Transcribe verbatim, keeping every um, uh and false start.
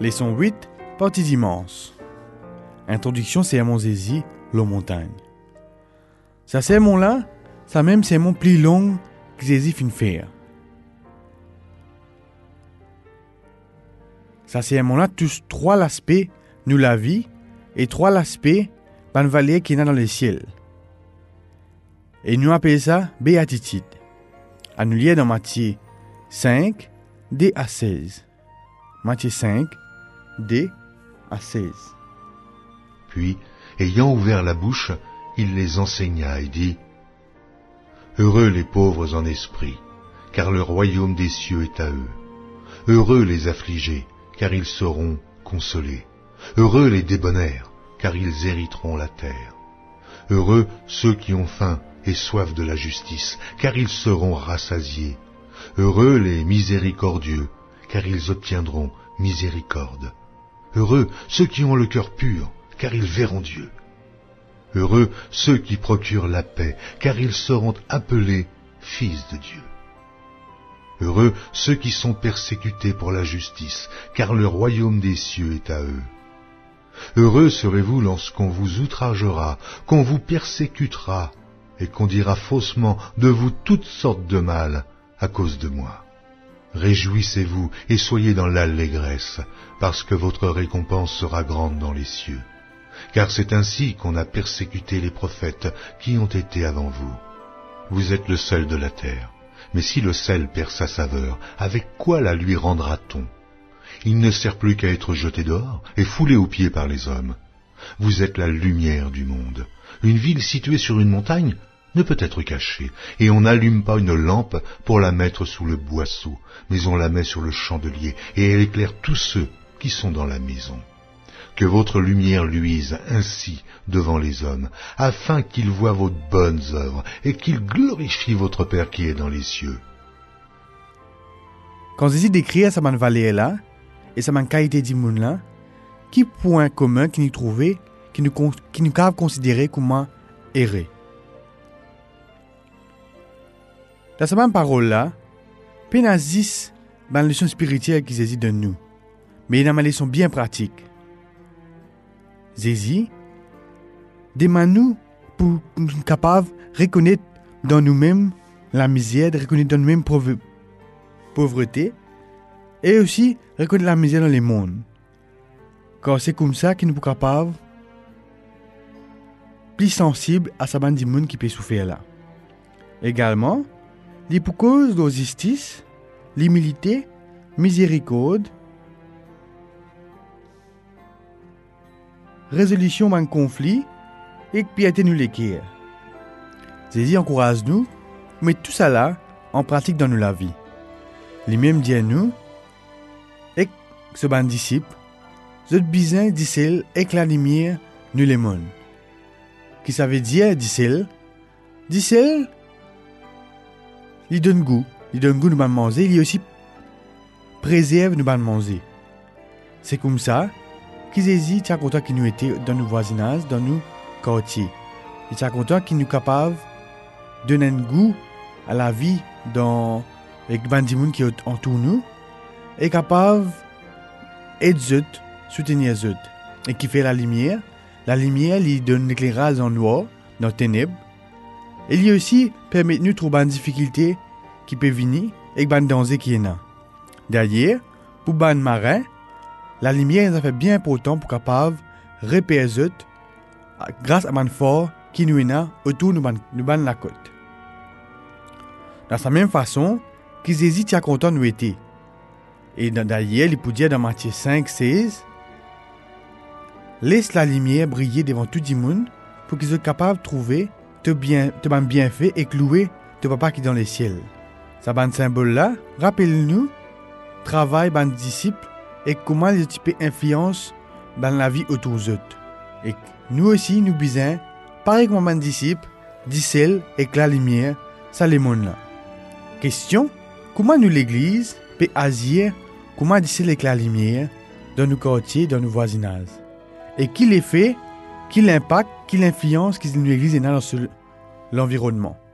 Leçon huit, partie dimanche. Introduction sermon Zézi, l'eau montagne. Ça sermon-là, ça même sermon plus long que Zézi fin faire. Ça sermon-là touche trois l'aspect nous la vie et trois l'aspect ban vallée qui est dans le ciel. Et nous appelons ça béatitude. À nous lire dans Matthieu cinq, D à seize. Matthieu cinq, D à seize. Puis, ayant ouvert la bouche, il les enseigna et dit : Heureux les pauvres en esprit, car le royaume des cieux est à eux. Heureux les affligés, car ils seront consolés. Heureux les débonnaires, car ils hériteront la terre. Heureux ceux qui ont faim et soif de la justice, car ils seront rassasiés. Heureux les miséricordieux, car ils obtiendront miséricorde. Heureux ceux qui ont le cœur pur, car ils verront Dieu. Heureux ceux qui procurent la paix, car ils seront appelés fils de Dieu. Heureux ceux qui sont persécutés pour la justice, car le royaume des cieux est à eux. Heureux serez-vous lorsqu'on vous outragera, qu'on vous persécutera, et qu'on dira faussement de vous toutes sortes de mal à cause de moi. Réjouissez-vous et soyez dans l'allégresse, parce que votre récompense sera grande dans les cieux. Car c'est ainsi qu'on a persécuté les prophètes qui ont été avant vous. Vous êtes le sel de la terre, mais si le sel perd sa saveur, avec quoi la lui rendra-t-on ? Il ne sert plus qu'à être jeté dehors et foulé aux pieds par les hommes. Vous êtes la lumière du monde. Une ville située sur une montagne ne peut être cachée, et on n'allume pas une lampe pour la mettre sous le boisseau, mais on la met sur le chandelier, et elle éclaire tous ceux qui sont dans la maison. Que votre lumière luise ainsi devant les hommes, afin qu'ils voient vos bonnes œuvres, et qu'ils glorifient votre Père qui est dans les cieux. Quand Zézi décrit à sa man vallée là, et sa man qualité d'immun là, qui point commun qui nous trouvait, qui nous, qui nous cave considérer comme erré. Dans cette même parole-là, pénazis dans la leçon spirituelle qui Zézi donne nous, mais dans ma leçon bien pratique. Zézi demande nous pour nous capables de reconnaître dans nous-mêmes la misère, de reconnaître dans nous-mêmes la pauvreté, et aussi reconnaître la misère dans le monde. Car c'est comme ça que nous sommes capables plus sensibles à sa bande du monde qui peut souffrir là. Également, les pour cause de justice, l'humilité, miséricorde, résolution d'un conflit et piété nous l'équerre. Zézi encourage nous, mais tout ça là en pratique dans nous la vie. Les mêmes dit à nous, et ce ban disciple, ce besoin d'icel et la lumière nous les mondes. Qui ça veut dire d'icel? D'icel, il donne goût, il donne goût nous ban manger, il aussi préserve nous ban manger. C'est comme ça qu'ils hésitent, tiens content qu'ils nous étaient dans nos voisinages, dans nos quartiers. Et tiens content qu'ils nous capables de donner un goût à la vie dans avec les gens qui entourent nous, et capable d'aider, soutenir les autres. Et qui fait la lumière. La lumière, il donne l'éclairage en noir, dans les ténèbres. Et il aussi permet de nous trouver des difficultés qui peuvent venir et des dangers qui sont là. D'ailleurs, pour les marins, la lumière est fait bien important pour capable repérer les autres grâce à un fort qui nous est autour de la côte. De la même façon, qu'ils hésitent à content nous était. Et d'ailleurs, il peut dire dans Matthieu cinq, seize, laisse la lumière briller devant tout le monde pour qu'ils soient capables de trouver te bien, te ban bienfait et clouer te papa qui est dans les ciels. Ça ban symbole là, rappelle-nous, travail ban disciples et comment les types influence dans la vie autour d'eux. Et nous aussi, nous besoin, pareil comme ban disciples, d'icel et la lumière, ça les monde là. Question, comment nous l'église peut agir, comment d'icel et la lumière dans nos quartiers, dans nos voisinages? Et qui les fait, qui l'impact, qui l'influence, qui nous l'église est dans l'environnement.